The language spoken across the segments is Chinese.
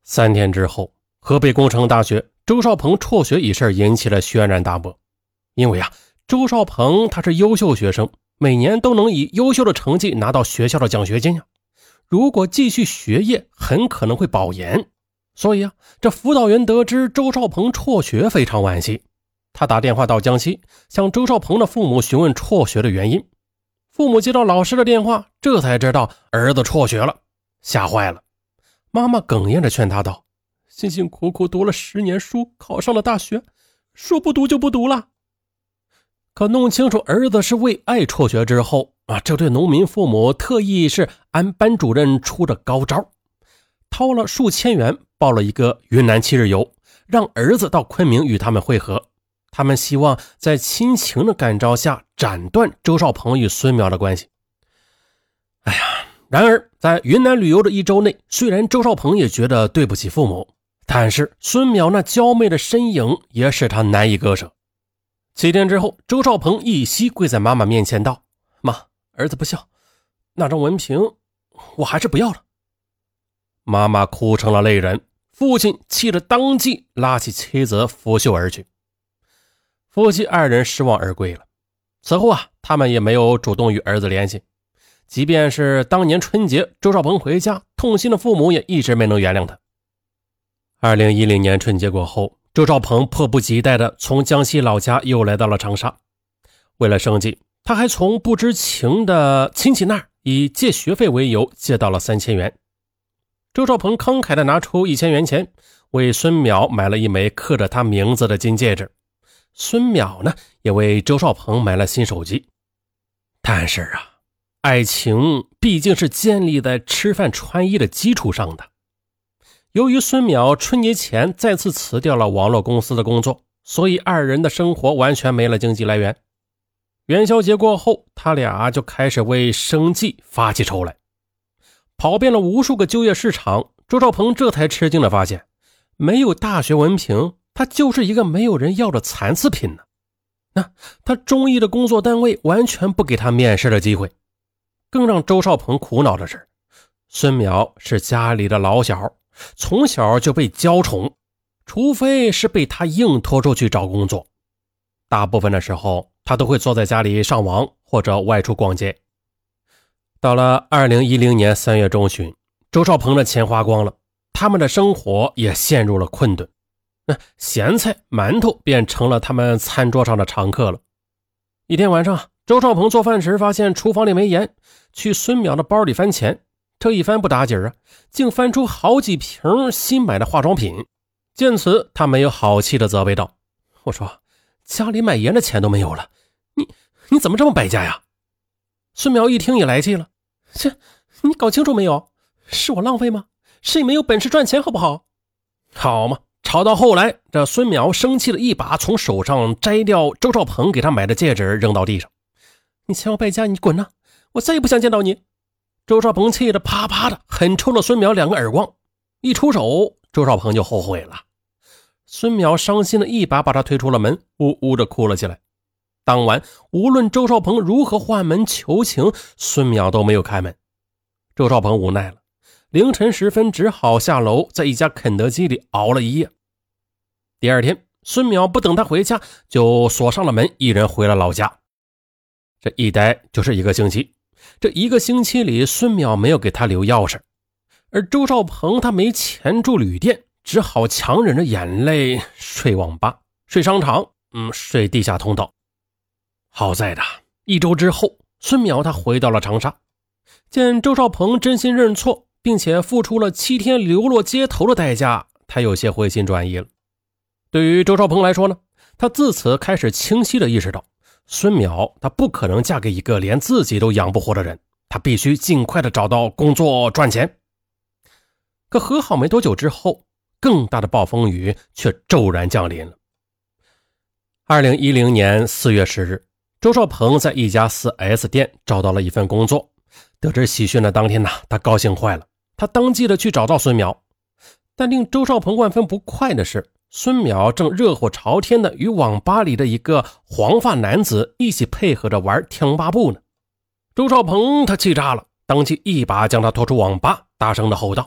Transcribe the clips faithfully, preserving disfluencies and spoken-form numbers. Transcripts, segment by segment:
三天之后，河北工程大学周少鹏辍学一事引起了轩然大波。因为啊，周少鹏他是优秀学生，每年都能以优秀的成绩拿到学校的奖学金啊。如果继续学业，很可能会保研。所以啊，这辅导员得知周少鹏辍学非常惋惜，他打电话到江西，向周少鹏的父母询问辍学的原因。父母接到老师的电话，这才知道儿子辍学了，吓坏了。妈妈哽咽着劝他道：辛辛苦苦读了十年书，考上了大学，说不读就不读了。可弄清楚儿子是为爱辍学之后啊，这对农民父母特意是按班主任出的高招，掏了数千元报了一个云南七日游，让儿子到昆明与他们会合。他们希望在亲情的感召下斩断周少鹏与孙淼的关系。哎呀，然而在云南旅游的一周内，虽然周少鹏也觉得对不起父母，但是孙淼那娇媚的身影也使他难以割舍。七天之后，周少鹏一膝跪在妈妈面前道：妈，儿子不孝，那张文凭我还是不要了。妈妈哭成了泪人，父亲气得当即拉起妻子拂袖而去。夫妻二人失望而归了。此后啊，他们也没有主动与儿子联系，即便是当年春节周少鹏回家，痛心的父母也一直没能原谅他。二零一零年春节过后，周少鹏迫不及待地从江西老家又来到了长沙。为了生计，他还从不知情的亲戚那儿以借学费为由借到了三千元。周少鹏慷慨地拿出一千元钱，为孙淼买了一枚刻着他名字的金戒指。孙淼呢，也为周少鹏买了新手机。但是啊，爱情毕竟是建立在吃饭穿衣的基础上的。由于孙淼春节前再次辞掉了网络公司的工作，所以二人的生活完全没了经济来源。元宵节过后，他俩就开始为生计发起愁来。跑遍了无数个就业市场，周少鹏这才吃惊地发现，没有大学文凭，他就是一个没有人要的残次品呢。那他中意的工作单位完全不给他面试的机会。更让周少鹏苦恼的是，孙淼是家里的老小，从小就被娇宠，除非是被他硬拖出去找工作。大部分的时候，他都会坐在家里上网或者外出逛街。到了二零一零年三月中旬，周少鹏的钱花光了，他们的生活也陷入了困顿。那咸菜馒头便成了他们餐桌上的常客了。一天晚上，周少鹏做饭时发现厨房里没盐，去孙淼的包里翻钱，这一翻不打紧啊，竟翻出好几瓶新买的化妆品。见此，他没有好气的责备道：我说家里买盐的钱都没有了，你你怎么这么败家呀？孙淼一听也来气了：这你搞清楚没有？是我浪费吗？是你没有本事赚钱好不好？好嘛，吵到后来，这孙淼生气的一把从手上摘掉周少鹏给他买的戒指，扔到地上。你嫌我败家，你滚啊，我再也不想见到你。周少鹏气得啪啪的狠抽了孙淼两个耳光，一出手，周少鹏就后悔了。孙淼伤心的一把把他推出了门，呜呜的哭了起来。当晚无论周少鹏如何唤门求情，孙淼都没有开门。周少鹏无奈了，凌晨时分只好下楼在一家肯德基里熬了一夜。第二天，孙淼不等他回家，就锁上了门，一人回了老家。这一待就是一个星期，这一个星期里，孙淼没有给他留钥匙，而周少鹏他没钱住旅店，只好强忍着眼泪睡网吧、睡商场，嗯，睡地下通道。好在的，一周之后，孙淼他回到了长沙，见周少鹏真心认错，并且付出了七天流落街头的代价，他有些回心转意了。对于周少鹏来说呢，他自此开始清晰地意识到，孙淼他不可能嫁给一个连自己都养不活的人，他必须尽快地找到工作赚钱。可和好没多久之后，更大的暴风雨却骤然降临了。二零一零年四月十日，周少鹏在一家 四 S 店找到了一份工作。得知喜讯的当天呢，他高兴坏了，他当即的去找到孙淼。但令周少鹏万分不快的是，孙淼正热火朝天的与网吧里的一个黄发男子一起配合着玩天龙八部呢。周少鹏他气炸了，当即一把将他拖出网吧，大声的吼道：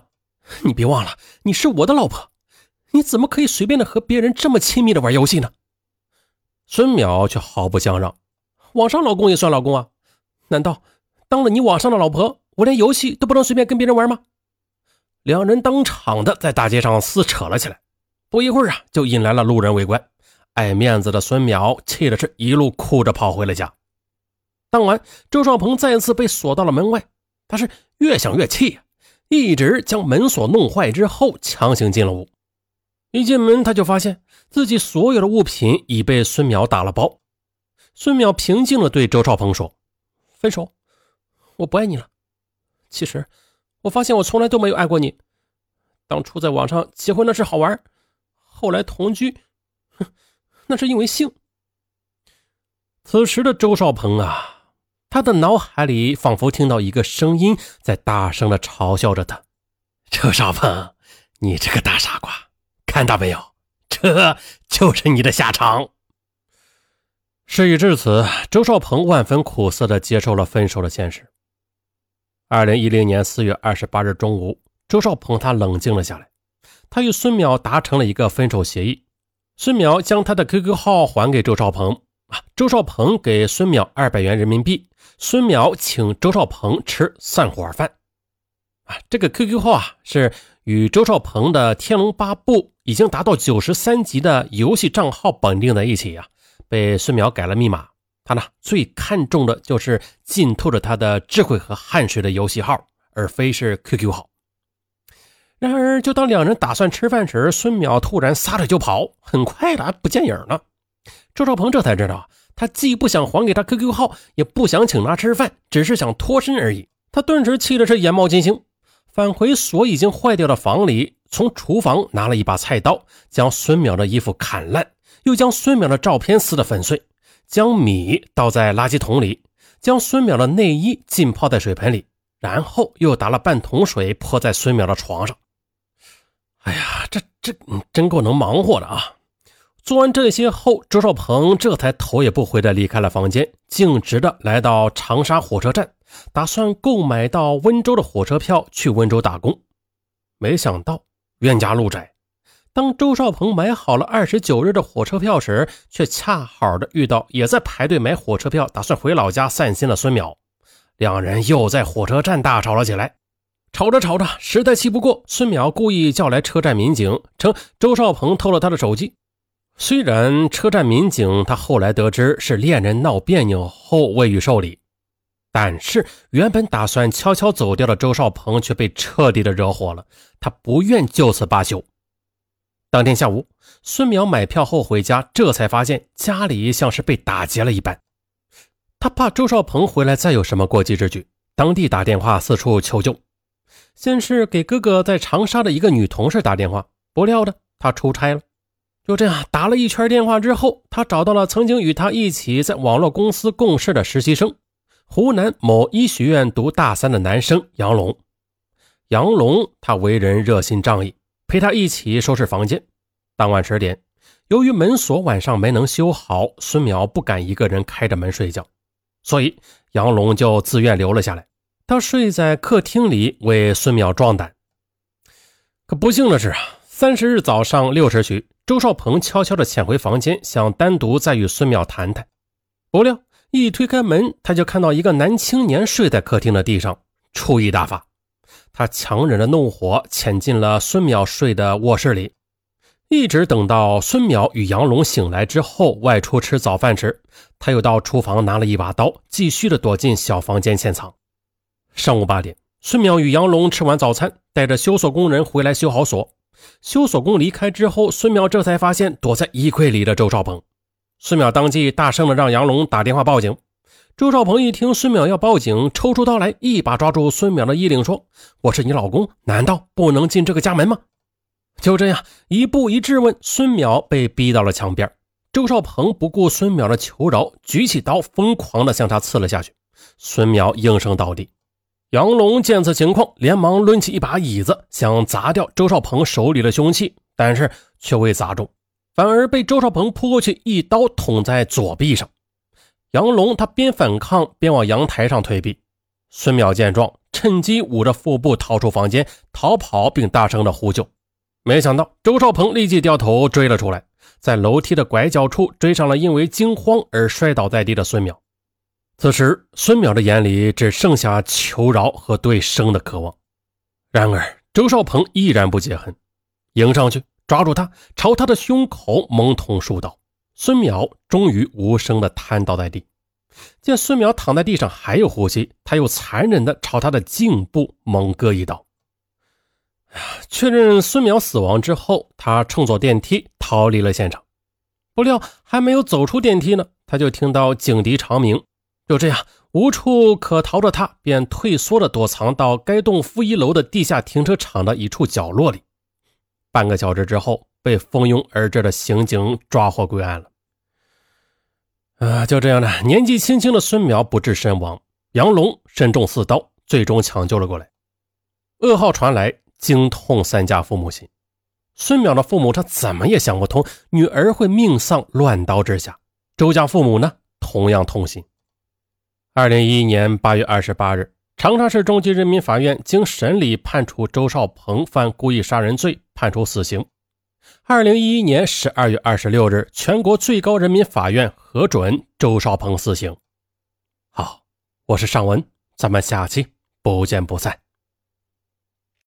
你别忘了，你是我的老婆，你怎么可以随便的和别人这么亲密的玩游戏呢？孙淼却毫不相让，网上老公也算老公啊，难道当了你网上的老婆，我连游戏都不能随便跟别人玩吗？两人当场的在大街上撕扯了起来，不一会儿啊，就引来了路人围观。爱面子的孙淼气的是一路哭着跑回了家。当晚，周少鹏再次被锁到了门外，他是越想越气，一直将门锁弄坏之后强行进了屋。一进门他就发现自己所有的物品已被孙淼打了包。孙淼平静地对周少鹏说：分手，我不爱你了。其实我发现我从来都没有爱过你，当初在网上结婚那是好玩，后来同居，哼，那是因为性。此时的周少鹏啊，他的脑海里仿佛听到一个声音在大声地嘲笑着他：周少鹏，你这个大傻瓜，看到没有，这就是你的下场。事已至此，周少鹏万分苦涩地接受了分手的现实。二零一零年四月二十八日中午，周少鹏他冷静了下来，他与孙淼达成了一个分手协议。孙淼将他的 Q Q 号还给周少鹏，啊，周少鹏给孙淼二百元人民币，孙淼请周少鹏吃散伙饭。啊，这个 Q Q 号啊，是与周少鹏的天龙八部已经达到九十三级的游戏账号绑定在一起啊，被孙淼改了密码。他呢最看重的就是浸透着他的智慧和汗水的游戏号，而非是 Q Q 号。然而就当两人打算吃饭时，孙淼突然撒腿就跑，很快的不见影了。周少鹏这才知道，他既不想还给他 Q Q 号，也不想请他吃饭，只是想脱身而已。他顿时气的是眼冒金星，返回锁已经坏掉的房里，从厨房拿了一把菜刀，将孙淼的衣服砍烂，又将孙淼的照片撕得粉碎，将米倒在垃圾桶里，将孙淼的内衣浸泡在水盆里，然后又打了半桶水泼在孙淼的床上。哎呀，这这真够能忙活的啊！做完这些后，周少鹏这才头也不回的离开了房间，径直的来到长沙火车站，打算购买到温州的火车票去温州打工。没想到冤家路窄，当周少鹏买好了二十九日的火车票时，却恰好的遇到也在排队买火车票打算回老家散心的孙淼。两人又在火车站大吵了起来。吵着吵着实在气不过，孙淼故意叫来车站民警，称周少鹏偷了他的手机。虽然车站民警他后来得知是恋人闹别扭后未予受理，但是原本打算悄悄走掉的周少鹏却被彻底的惹火了，他不愿就此罢休。当天下午，孙淼买票后回家，这才发现家里像是被打劫了一般。他怕周少鹏回来再有什么过激之举，当地打电话四处求救。先是给哥哥在长沙的一个女同事打电话，不料的他出差了。就这样打了一圈电话之后，他找到了曾经与他一起在网络公司共事的实习生，湖南某医学院读大三的男生杨龙。杨龙他为人热心仗义，陪他一起收拾房间。当晚十点，由于门锁晚上没能修好，孙淼不敢一个人开着门睡觉，所以杨龙就自愿留了下来。他睡在客厅里为孙淼壮胆。可不幸的是啊，三十日早上六时许，周少鹏悄悄地潜回房间，想单独再与孙淼谈谈。不料一推开门，他就看到一个男青年睡在客厅的地上，醋意大发。他强忍着怒火潜进了孙淼睡的卧室里，一直等到孙淼与杨龙醒来之后外出吃早饭时，他又到厨房拿了一把刀，继续的躲进小房间潜藏。上午八点，孙淼与杨龙吃完早餐，带着修锁工人回来修好锁。修锁工离开之后，孙淼这才发现躲在衣柜里的周少鹏。孙淼当即大声的让杨龙打电话报警。周少鹏一听孙淼要报警，抽出刀来，一把抓住孙淼的衣领说：我是你老公，难道不能进这个家门吗？就这样一步一质问，孙淼被逼到了墙边。周少鹏不顾孙淼的求饶，举起刀疯狂的向他刺了下去。孙淼应声倒地。杨龙见此情况，连忙抡起一把椅子想砸掉周少鹏手里的凶器，但是却未砸中，反而被周少鹏扑过去一刀捅在左臂上。杨龙他边反抗边往阳台上退避。孙淼见状， 趁机捂着腹部逃出房间逃跑，并大声的呼救。没想到周少鹏立即掉头追了出来，在楼梯的拐角处追上了因为惊慌而摔倒在地的孙淼。此时孙淼的眼里只剩下求饶和对生的渴望。然而周少鹏依然不解恨，迎上去抓住他，朝他的胸口猛捅数刀。孙淼终于无声地瘫倒在地。见孙淼躺在地上还有呼吸，他又残忍地朝他的颈部猛割一刀。确认孙淼死亡之后，他乘坐电梯逃离了现场。不料还没有走出电梯呢，他就听到警笛长鸣。就这样无处可逃的他便退缩地躲藏到该栋负一楼的地下停车场的一处角落里。半个小时之后，被蜂拥而至的刑警抓获归案了。啊，就这样的，年纪轻轻的孙淼不治身亡，杨龙身中四刀，最终抢救了过来。噩耗传来，惊痛三家父母心。孙淼的父母他怎么也想不通女儿会命丧乱刀之下，周家父母呢同样痛心。二零一一年八月二十八日，长沙市中级人民法院经审理判处周少鹏犯故意杀人罪，判处死刑。二零一一年十二月二十六日，全国最高人民法院核准周少鹏死刑。好，我是尚文，咱们下期不见不散。